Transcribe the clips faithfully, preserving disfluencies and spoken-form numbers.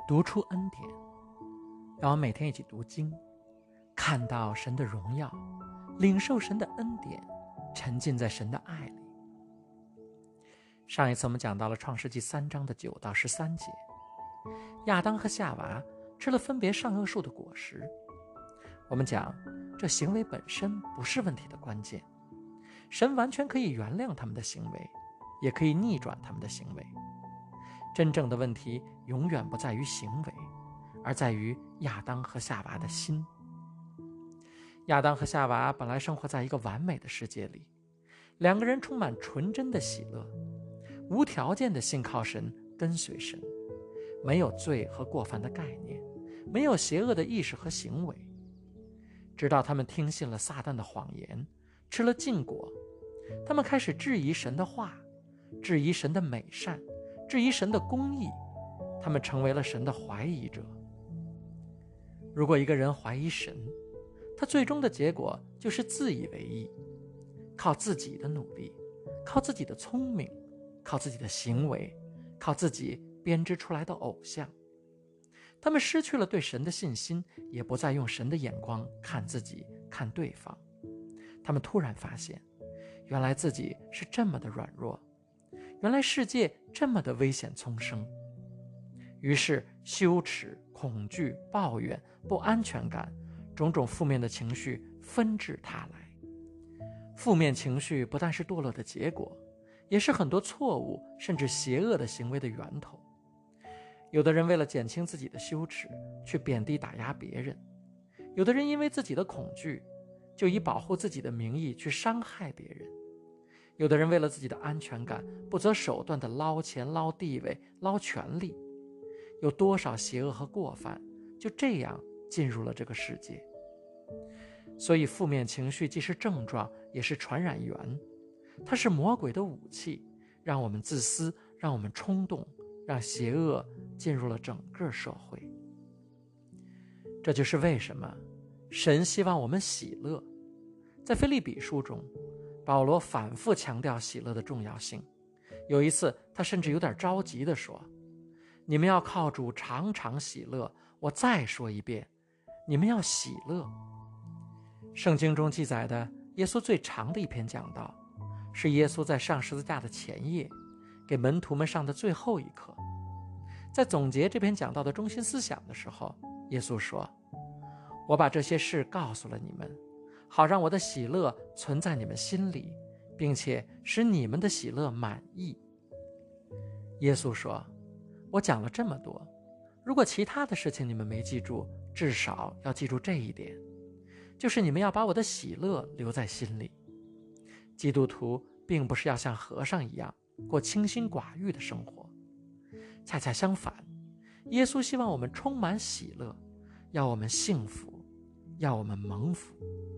读出恩典，让我们每天一起读经，看到神的荣耀，领受神的恩典，沉浸在神的爱里。上一次我们讲到了创世纪三章的九到十三节，亚当和夏娃吃了分别善恶树的果实。我们讲，这行为本身不是问题的关键，神完全可以原谅他们的行为，也可以逆转他们的行为。真正的问题永远不在于行为，而在于亚当和夏娃的心。亚当和夏娃本来生活在一个完美的世界里，两个人充满纯真的喜乐，无条件的信靠神，跟随神，没有罪和过犯的概念，没有邪恶的意识和行为。直到他们听信了撒旦的谎言，吃了禁果，他们开始质疑神的话，质疑神的美善，质疑神的公义，他们成为了神的怀疑者。如果一个人怀疑神，他最终的结果就是自以为意，靠自己的努力，靠自己的聪明，靠自己的行为，靠自己编织出来的偶像。他们失去了对神的信心，也不再用神的眼光看自己，看对方。他们突然发现，原来自己是这么的软弱，原来世界这么的危险丛生。于是羞耻、恐惧、抱怨、不安全感，种种负面的情绪纷至沓来。负面情绪不但是堕落的结果，也是很多错误甚至邪恶的行为的源头。有的人为了减轻自己的羞耻，去贬低打压别人；有的人因为自己的恐惧，就以保护自己的名义去伤害别人；有的人为了自己的安全感，不择手段地捞钱、捞地位、捞权力。有多少邪恶和过犯就这样进入了这个世界。所以负面情绪既是症状，也是传染源，它是魔鬼的武器，让我们自私，让我们冲动，让邪恶进入了整个社会。这就是为什么神希望我们喜乐。在腓立比书中，保罗反复强调喜乐的重要性。有一次他甚至有点着急地说，你们要靠主常常喜乐，我再说一遍，你们要喜乐。圣经中记载的耶稣最长的一篇讲道，是耶稣在上十字架的前夜给门徒们上的最后一课。在总结这篇讲道的中心思想的时候，耶稣说，我把这些事告诉了你们，好让我的喜乐存在你们心里，并且使你们的喜乐满意。耶稣说，我讲了这么多，如果其他的事情你们没记住，至少要记住这一点，就是你们要把我的喜乐留在心里。基督徒并不是要像和尚一样过清心寡欲的生活，恰恰相反，耶稣希望我们充满喜乐，要我们幸福，要我们蒙福。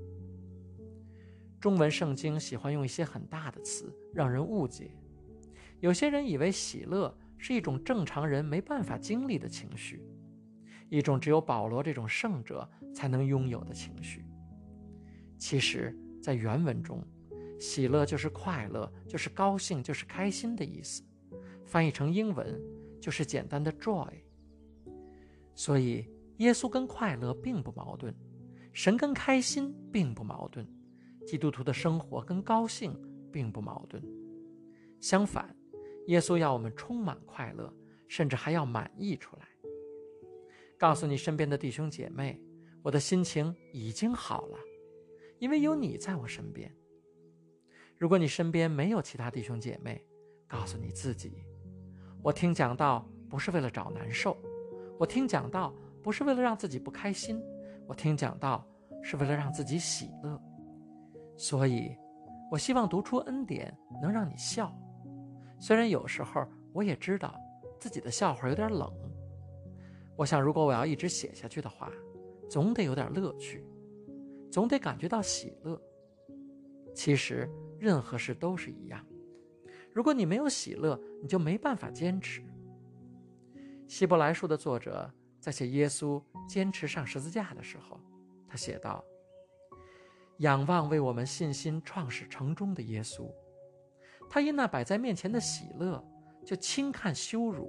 中文圣经喜欢用一些很大的词，让人误解。有些人以为喜乐是一种正常人没办法经历的情绪，一种只有保罗这种圣者才能拥有的情绪。其实在原文中，喜乐就是快乐，就是高兴，就是开心的意思，翻译成英文就是简单的 joy。 所以耶稣跟快乐并不矛盾，神跟开心并不矛盾，基督徒的生活跟高兴并不矛盾。相反，耶稣要我们充满快乐，甚至还要满溢出来。告诉你身边的弟兄姐妹，我的心情已经好了，因为有你在我身边。如果你身边没有其他弟兄姐妹，告诉你自己，我听讲道不是为了找难受，我听讲道不是为了让自己不开心，我听讲道是为了让自己喜乐。所以我希望读出恩典能让你笑，虽然有时候我也知道自己的笑话有点冷。我想如果我要一直写下去的话，总得有点乐趣，总得感觉到喜乐。其实任何事都是一样，如果你没有喜乐，你就没办法坚持。希伯来书的作者在写耶稣坚持上十字架的时候，他写道，仰望为我们信心创始成终的耶稣，他因那摆在面前的喜乐，就轻看羞辱，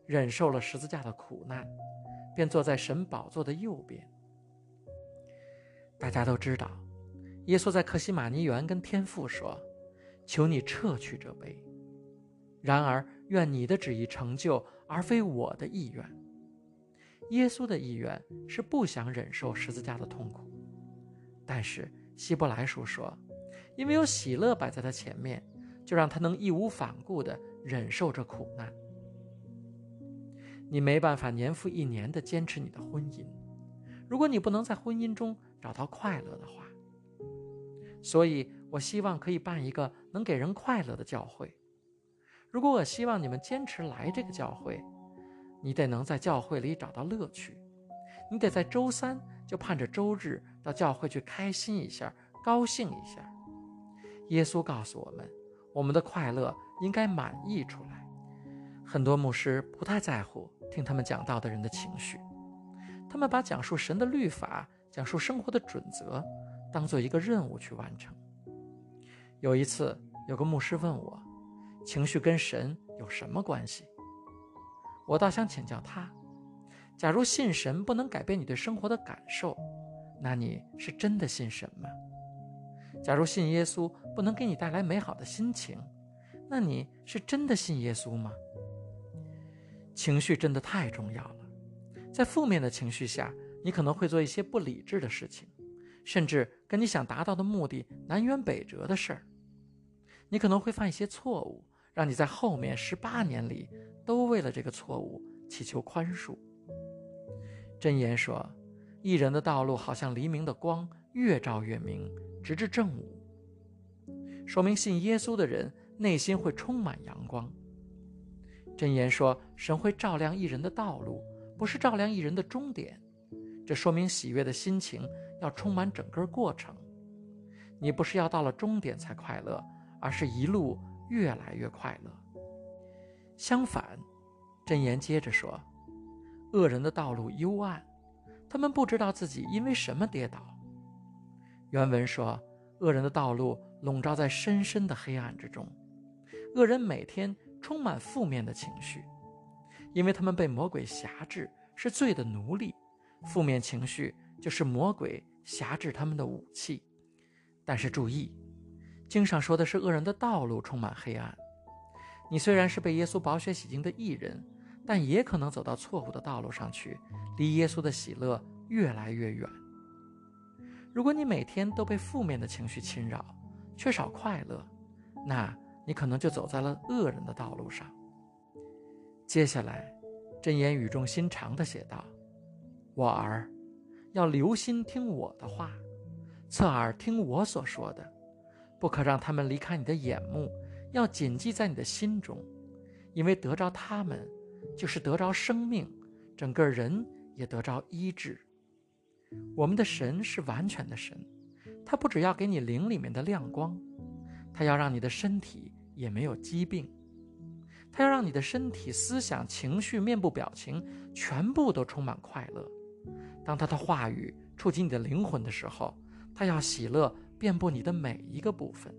忍受了十字架的苦难，便坐在神宝座的右边。大家都知道，耶稣在客西马尼园跟天父说，求你撤去这杯，然而愿你的旨意成就，而非我的意愿。耶稣的意愿是不想忍受十字架的痛苦，但是希伯来书说，因为有喜乐摆在他前面，就让他能义无反顾地忍受这苦难。你没办法年复一年地坚持你的婚姻，如果你不能在婚姻中找到快乐的话。所以我希望可以办一个能给人快乐的教会。如果我希望你们坚持来这个教会，你得能在教会里找到乐趣，你得在周三就盼着周日到教会去开心一下，高兴一下。耶稣告诉我们，我们的快乐应该满溢出来。很多牧师不太在乎听他们讲道的人的情绪，他们把讲述神的律法、讲述生活的准则当做一个任务去完成。有一次，有个牧师问我，情绪跟神有什么关系？我倒想请教他，假如信神不能改变你对生活的感受，那你是真的信神吗？假如信耶稣不能给你带来美好的心情，那你是真的信耶稣吗？情绪真的太重要了，在负面的情绪下，你可能会做一些不理智的事情，甚至跟你想达到的目的南辕北辙的事儿。你可能会犯一些错误，让你在后面十八年里都为了这个错误祈求宽恕。箴言说，义人的道路好像黎明的光，越照越明，直至正午。说明信耶稣的人内心会充满阳光。箴言说，神会照亮义人的道路，不是照亮义人的终点。这说明喜悦的心情要充满整个过程。你不是要到了终点才快乐，而是一路越来越快乐。相反，箴言接着说，恶人的道路幽暗，他们不知道自己因为什么跌倒。原文说，恶人的道路笼罩在深深的黑暗之中，恶人每天充满负面的情绪，因为他们被魔鬼辖制，是罪的奴隶。负面情绪就是魔鬼辖制他们的武器。但是注意，经上说的是恶人的道路充满黑暗。你虽然是被耶稣宝血洗净的义人，但也可能走到错误的道路上去，离耶稣的喜乐越来越远。如果你每天都被负面的情绪侵扰，缺少快乐，那你可能就走在了恶人的道路上。接下来，箴言语重心长地写道，我儿，要留心听我的话，侧耳听我所说的，不可让他们离开你的眼目，要谨记在你的心中，因为得着他们，就是得着生命，整个人也得着医治。我们的神是完全的神，他不只要给你灵里面的亮光，他要让你的身体也没有疾病，他要让你的身体、思想、情绪、面部表情全部都充满快乐。当他的话语触及你的灵魂的时候，他要喜乐遍布你的每一个部分。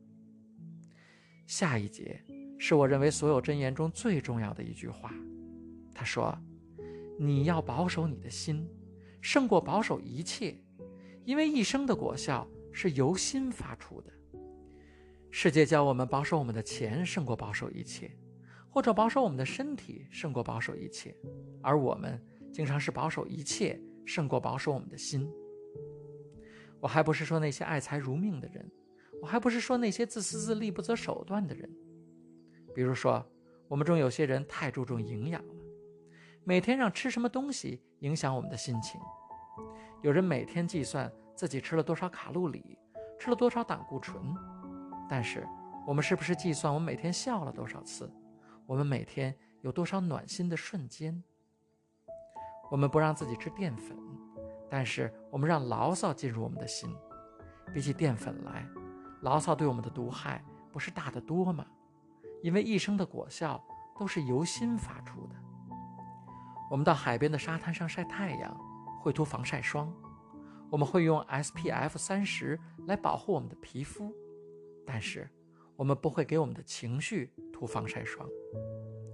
下一节是我认为所有箴言中最重要的一句话，他说，你要保守你的心，胜过保守一切，因为一生的果效是由心发出的。世界教我们保守我们的钱胜过保守一切，或者保守我们的身体胜过保守一切，而我们经常是保守一切胜过保守我们的心。我还不是说那些爱财如命的人，我还不是说那些自私自利不择手段的人。比如说，我们中有些人太注重营养了，每天让吃什么东西影响我们的心情。有人每天计算自己吃了多少卡路里，吃了多少胆固醇，但是我们是不是计算我们每天笑了多少次，我们每天有多少暖心的瞬间？我们不让自己吃淀粉，但是我们让牢骚进入我们的心。比起淀粉来，牢骚对我们的毒害不是大得多吗？因为一生的果效都是由心发出的。我们到海边的沙滩上晒太阳，会涂防晒霜，我们会用 S P F 三十 来保护我们的皮肤，但是我们不会给我们的情绪涂防晒霜。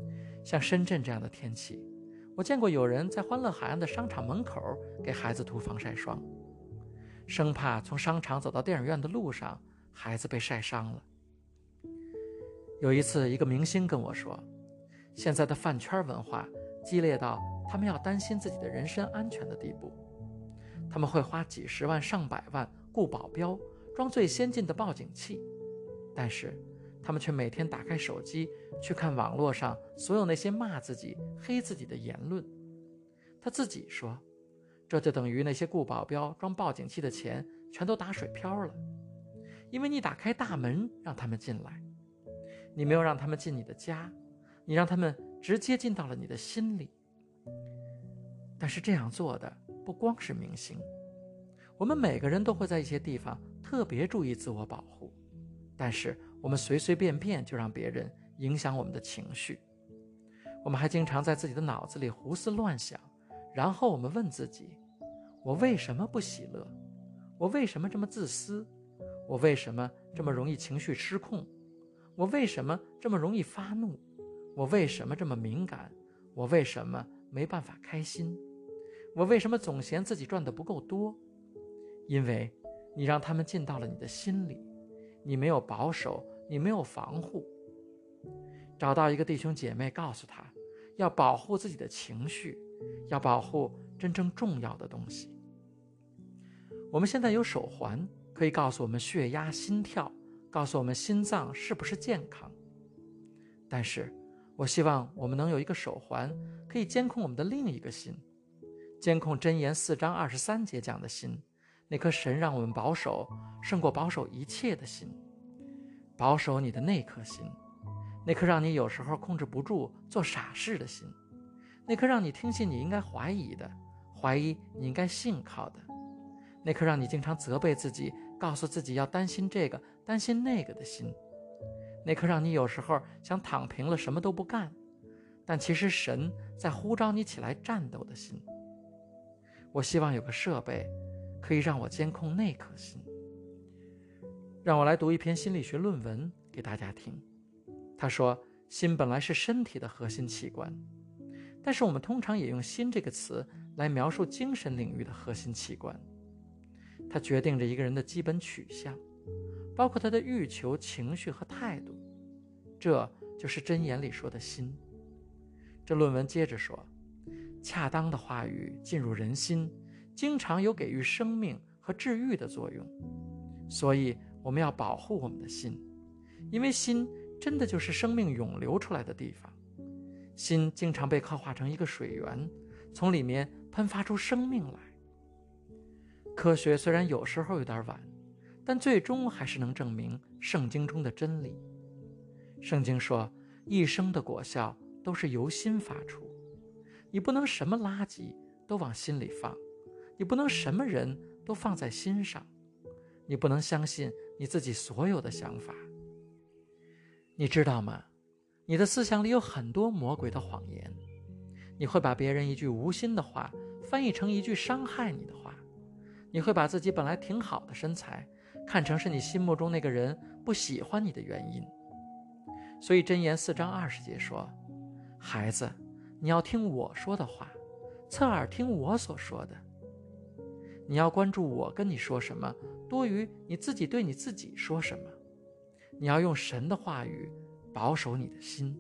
像深圳这样的天气，我见过有人在欢乐海岸的商场门口给孩子涂防晒霜，生怕从商场走到电影院的路上孩子被晒伤了。有一次，一个明星跟我说，现在的饭圈文化激烈到他们要担心自己的人身安全的地步，他们会花几十万上百万雇保镖，装最先进的报警器，但是他们却每天打开手机去看网络上所有那些骂自己黑自己的言论。他自己说，这就等于那些雇保镖装报警器的钱全都打水漂了，因为你打开大门让他们进来，你没有让他们进你的家，你让他们直接进到了你的心里。但是这样做的不光是明星，我们每个人都会在一些地方特别注意自我保护，但是我们随随便便就让别人影响我们的情绪。我们还经常在自己的脑子里胡思乱想，然后我们问自己，我为什么不喜乐？我为什么这么自私？我为什么这么容易情绪失控？我为什么这么容易发怒？我为什么这么敏感？我为什么没办法开心？我为什么总嫌自己赚得不够多？因为你让他们进到了你的心里，你没有保守，你没有防护。找到一个弟兄姐妹，告诉他要保护自己的情绪，要保护真正重要的东西。我们现在有手环，可以告诉我们血压、心跳，告诉我们心脏是不是健康。但是我希望我们能有一个手环，可以监控我们的另一个心，监控箴言四章二十三节讲的心，那颗神让我们保守胜过保守一切的心。保守你的那颗心，那颗让你有时候控制不住做傻事的心，那颗让你听信你应该怀疑的，怀疑你应该信靠的，那颗让你经常责备自己，告诉自己要担心这个担心那个的心，那颗让你有时候想躺平了什么都不干，但其实神在呼召你起来战斗的心。我希望有个设备可以让我监控那颗心。让我来读一篇心理学论文给大家听。他说，心本来是身体的核心器官，但是我们通常也用心这个词来描述精神领域的核心器官。它决定着一个人的基本取向，包括他的欲求、情绪和态度。这就是箴言里说的心。这论文接着说，恰当的话语进入人心，经常有给予生命和治愈的作用。所以我们要保护我们的心，因为心真的就是生命涌流出来的地方。心经常被刻画成一个水源，从里面喷发出生命来。科学虽然有时候有点晚，但最终还是能证明圣经中的真理。圣经说，一生的果效都是由心发出。你不能什么垃圾都往心里放，你不能什么人都放在心上，你不能相信你自己所有的想法。你知道吗？你的思想里有很多魔鬼的谎言，你会把别人一句无心的话翻译成一句伤害你的话，你会把自己本来挺好的身材看成是你心目中那个人不喜欢你的原因。所以箴言四章二十节说，孩子，你要听我说的话，侧耳听我所说的。你要关注我跟你说什么，多于你自己对你自己说什么。你要用神的话语保守你的心。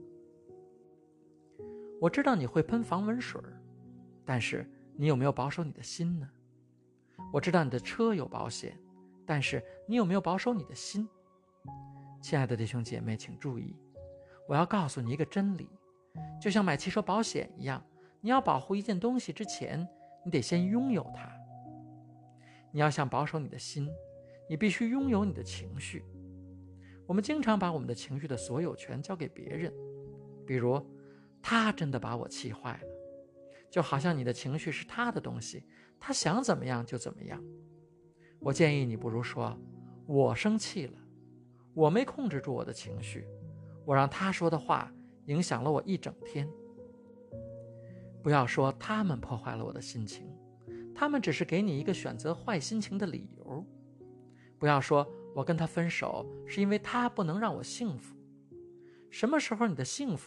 我知道你会喷防蚊水，但是你有没有保守你的心呢？我知道你的车有保险，但是你有没有保守你的心？亲爱的弟兄姐妹，请注意，我要告诉你一个真理，就像买汽车保险一样，你要保护一件东西之前，你得先拥有它。你要想保守你的心，你必须拥有你的情绪。我们经常把我们的情绪的所有权交给别人，比如他真的把我气坏了，就好像你的情绪是他的东西，他想怎么样就怎么样。我建议你不如说，我生气了，我没控制住我的情绪，我让他说的话影响了我一整天。不要说他们破坏了我的心情，他们只是给你一个选择坏心情的理由。不要说我跟他分手是因为他不能让我幸福。什么时候你的幸福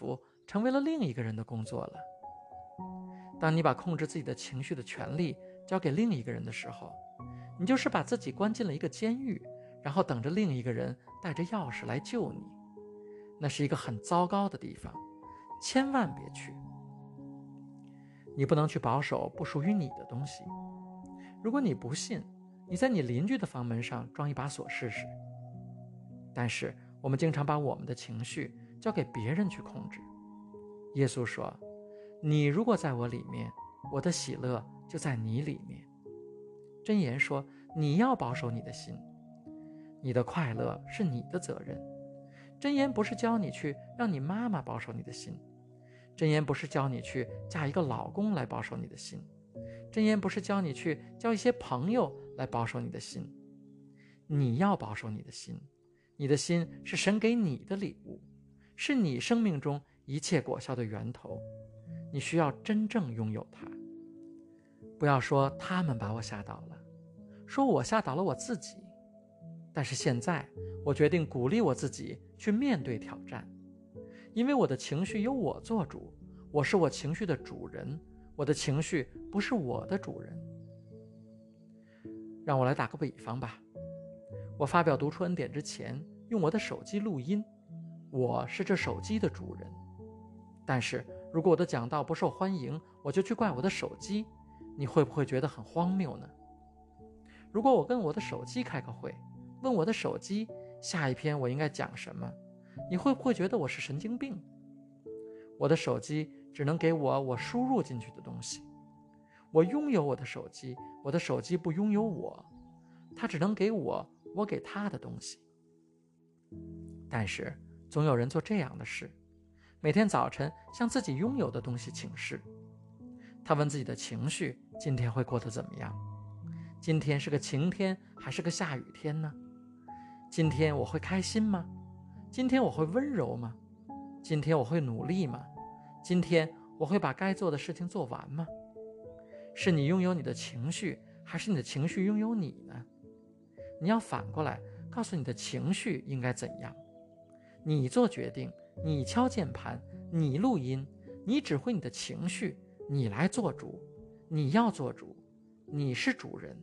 成为了另一个人的工作了。当你把控制自己的情绪的权利交给另一个人的时候，你就是把自己关进了一个监狱，然后等着另一个人带着钥匙来救你。那是一个很糟糕的地方，千万别去。你不能去保守不属于你的东西。如果你不信，你在你邻居的房门上装一把锁试试。但是我们经常把我们的情绪交给别人去控制。耶稣说，你如果在我里面，我的喜乐就在你里面。箴言说，你要保守你的心，你的快乐是你的责任。箴言不是教你去让你妈妈保守你的心，箴言不是教你去嫁一个老公来保守你的心，箴言不是教你去交一些朋友来保守你的心。你要保守你的心，你的心是神给你的礼物，是你生命中一切果效的源头，你需要真正拥有它。不要说他们把我吓倒了，说我吓倒了我自己。但是现在我决定鼓励我自己去面对挑战，因为我的情绪由我做主，我是我情绪的主人，我的情绪不是我的主人。让我来打个比方吧，我发表读出恩典之前用我的手机录音，我是这手机的主人。但是如果我的讲道不受欢迎，我就去怪我的手机，你会不会觉得很荒谬呢？如果我跟我的手机开个会，问我的手机下一篇我应该讲什么，你会不会觉得我是神经病？我的手机只能给我我输入进去的东西，我拥有我的手机，我的手机不拥有我，它只能给我我给它的东西。但是总有人做这样的事，每天早晨向自己拥有的东西请示。他问自己的情绪今天会过得怎么样？今天是个晴天还是个下雨天呢？今天我会开心吗？今天我会温柔吗？今天我会努力吗？今天我会把该做的事情做完吗？是你拥有你的情绪，还是你的情绪拥有你呢？你要反过来告诉你的情绪应该怎样。你做决定，你敲键盘，你录音，你指挥你的情绪，你来做主，你要做主，你是主人。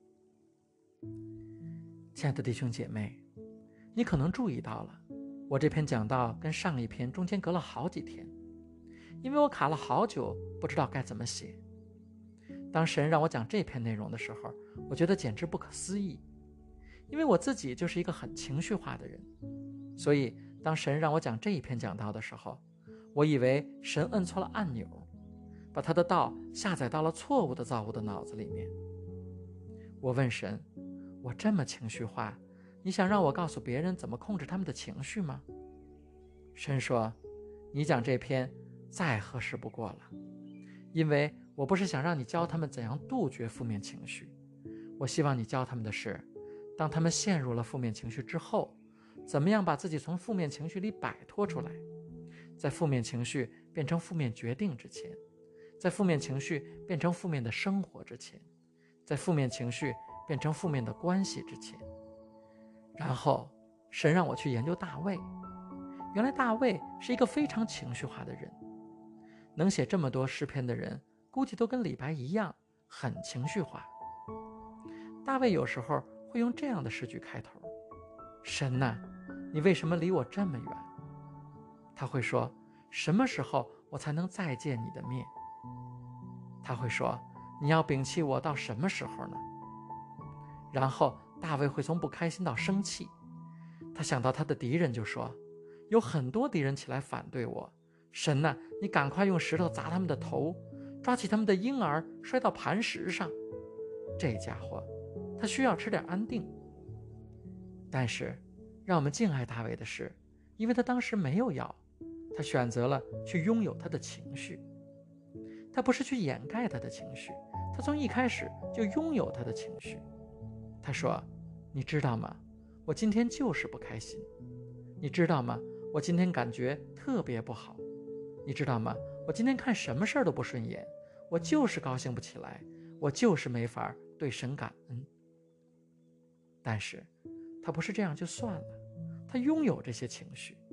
亲爱的弟兄姐妹，你可能注意到了，我这篇讲道跟上一篇中间隔了好几天，因为我卡了好久，不知道该怎么写。当神让我讲这篇内容的时候，我觉得简直不可思议，因为我自己就是一个很情绪化的人，所以当神让我讲这一篇讲道的时候，我以为神摁错了按钮，把他的道下载到了错误的造物的脑子里面。我问神，我这么情绪化，你想让我告诉别人怎么控制他们的情绪吗？神说，你讲这篇再合适不过了，因为我不是想让你教他们怎样杜绝负面情绪，我希望你教他们的是，当他们陷入了负面情绪之后，怎么样把自己从负面情绪里摆脱出来，在负面情绪变成负面决定之前，在负面情绪变成负面的生活之前，在负面情绪变成负面的关系之前。然后神让我去研究大卫，原来大卫是一个非常情绪化的人，能写这么多诗篇的人估计都跟李白一样很情绪化。大卫有时候会用这样的诗句开头，神啊，你为什么离我这么远？他会说，什么时候我才能再见你的面？他会说，你要摒弃我到什么时候呢？然后大卫会从不开心到生气，他想到他的敌人就说，有很多敌人起来反对我，神啊，你赶快用石头砸他们的头，抓起他们的婴儿摔到磐石上。这家伙他需要吃点安定。但是让我们敬爱大卫的是，因为他当时没有药，他选择了去拥有他的情绪。他不是去掩盖他的情绪，他从一开始就拥有他的情绪。他说，你知道吗，我今天就是不开心。你知道吗，我今天感觉特别不好。你知道吗，我今天看什么事儿都不顺眼，我就是高兴不起来，我就是没法对神感恩。但是他不是这样就算了，他拥有这些情绪，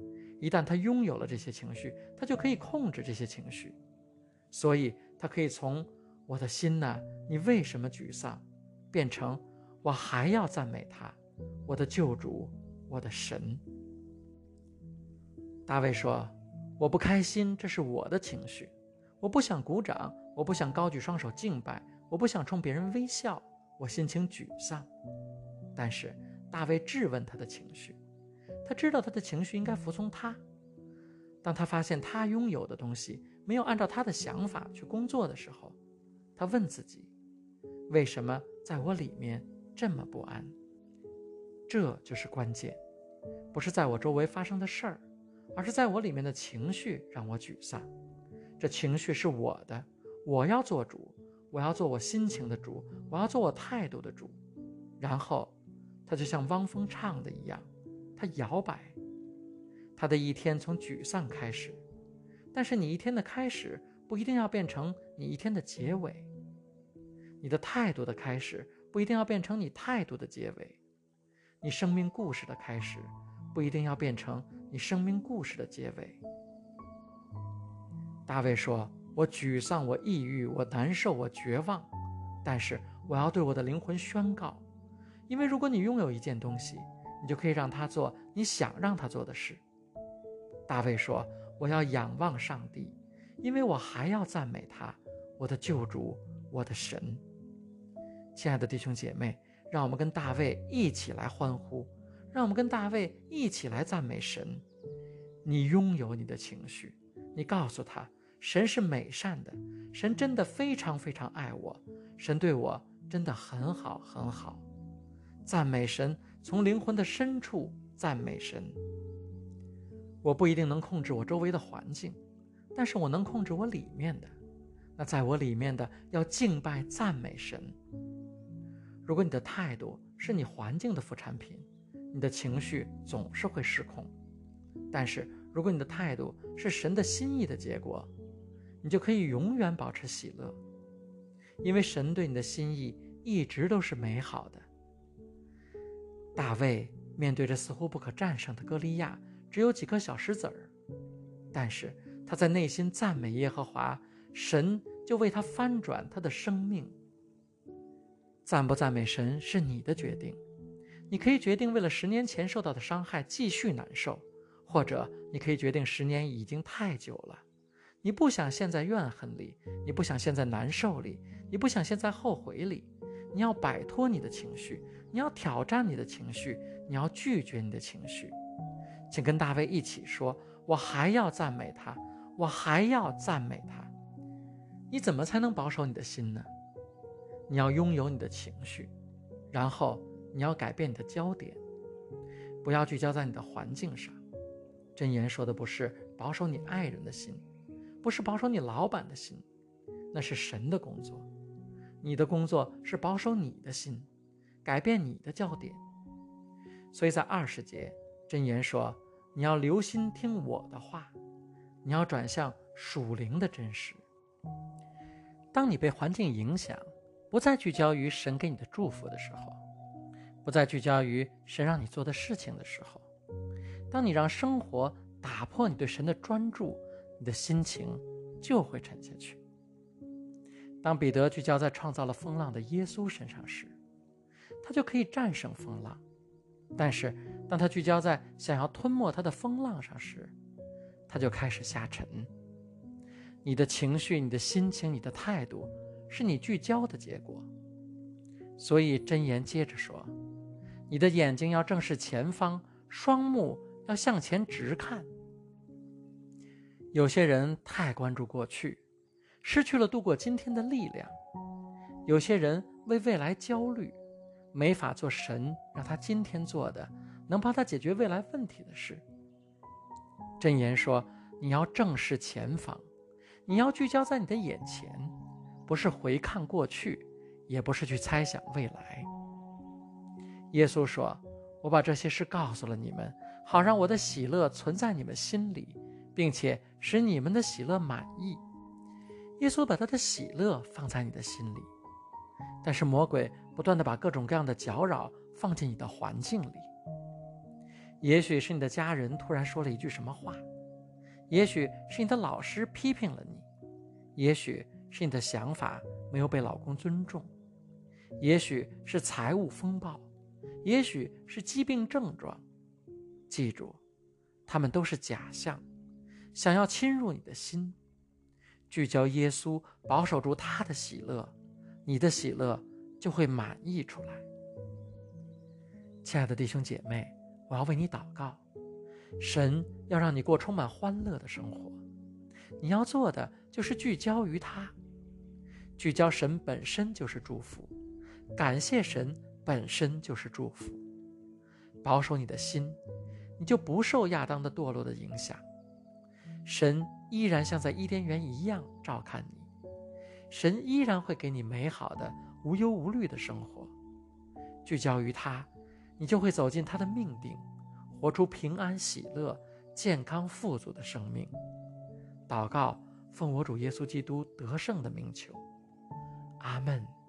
一旦他拥有了这些情绪，他就可以控制这些情绪。所以他可以从我的心哪，你为什么沮丧，变成我还要赞美他，我的救主，我的神。大卫说，我不开心，这是我的情绪，我不想鼓掌，我不想高举双手敬拜，我不想冲别人微笑，我心情沮丧。但是大卫质问他的情绪，他知道他的情绪应该服从他。当他发现他拥有的东西没有按照他的想法去工作的时候，他问自己，为什么在我里面这么不安？这就是关键，不是在我周围发生的事儿，而是在我里面的情绪让我沮丧。这情绪是我的，我要做主，我要做我心情的主，我要做我态度的主。然后他就像汪峰唱的一样，他摇摆。他的一天从沮丧开始，但是你一天的开始不一定要变成你一天的结尾，你的态度的开始不一定要变成你态度的结尾，你生命故事的开始不一定要变成你生命故事的结尾。大卫说，我沮丧，我抑郁，我难受，我绝望，但是我要对我的灵魂宣告，因为如果你拥有一件东西，你就可以让它做你想让它做的事。大卫说，我要仰望上帝，因为我还要赞美他，我的救主，我的神。亲爱的弟兄姐妹，让我们跟大卫一起来欢呼，让我们跟大卫一起来赞美神。你拥有你的情绪，你告诉他，神是美善的，神真的非常非常爱我，神对我真的很好很好。赞美神，从灵魂的深处赞美神。我不一定能控制我周围的环境，但是我能控制我里面的。那在我里面的要敬拜赞美神。如果你的态度是你环境的副产品，你的情绪总是会失控。但是如果你的态度是神的心意的结果，你就可以永远保持喜乐，因为神对你的心意一直都是美好的。大卫面对着似乎不可战胜的歌利亚，只有几颗小石子儿，但是他在内心赞美耶和华，神就为他翻转他的生命。赞不赞美神是你的决定，你可以决定为了十年前受到的伤害继续难受，或者你可以决定十年已经太久了，你不想陷在怨恨里，你不想陷在难受里，你不想陷在后悔里，你要摆脱你的情绪，你要挑战你的情绪，你要拒绝你的情绪。请跟大卫一起说，我还要赞美他，我还要赞美他。你怎么才能保守你的心呢？你要拥有你的情绪，然后你要改变你的焦点，不要聚焦在你的环境上。箴言说的不是保守你爱人的心，不是保守你老板的心，那是神的工作。你的工作是保守你的心，改变你的焦点。所以在二十节，箴言说，你要留心听我的话，你要转向属灵的真实。当你被环境影响，不再聚焦于神给你的祝福的时候，不再聚焦于神让你做的事情的时候，当你让生活打破你对神的专注，你的心情就会沉下去。当彼得聚焦在创造了风浪的耶稣身上时，他就可以战胜风浪。但是当他聚焦在想要吞没他的风浪上时，他就开始下沉。你的情绪，你的心情，你的态度，是你聚焦的结果。所以箴言接着说，你的眼睛要正视前方，双目要向前直看。有些人太关注过去，失去了度过今天的力量。有些人为未来焦虑，没法做神让他今天做的能帮他解决未来问题的事。箴言说，你要正视前方，你要聚焦在你的眼前，不是回看过去，也不是去猜想未来。耶稣说，我把这些事告诉了你们，好让我的喜乐存在你们心里，并且使你们的喜乐满意。耶稣把他的喜乐放在你的心里，但是魔鬼不断地把各种各样的搅扰放进你的环境里。 也许是你的家人突然说了一句什么话，也许是你的老师批评了你，也许是你的想法没有被老公尊重，也许是财务风暴，也许是疾病症状。记住，他们都是假象，想要侵入你的心。聚焦耶稣，保守住他的喜乐，你的喜乐就会满溢出来。亲爱的弟兄姐妹，我要为你祷告，神要让你过充满欢乐的生活，你要做的就是聚焦于他。聚焦神本身就是祝福，感谢神本身就是祝福。保守你的心，你就不受亚当的堕落的影响。神依然像在伊甸园一样照看你，神依然会给你美好的无忧无虑的生活。聚焦于他，你就会走进他的命定，活出平安喜乐、健康富足的生命。祷告，奉我主耶稣基督得胜的名求，阿们。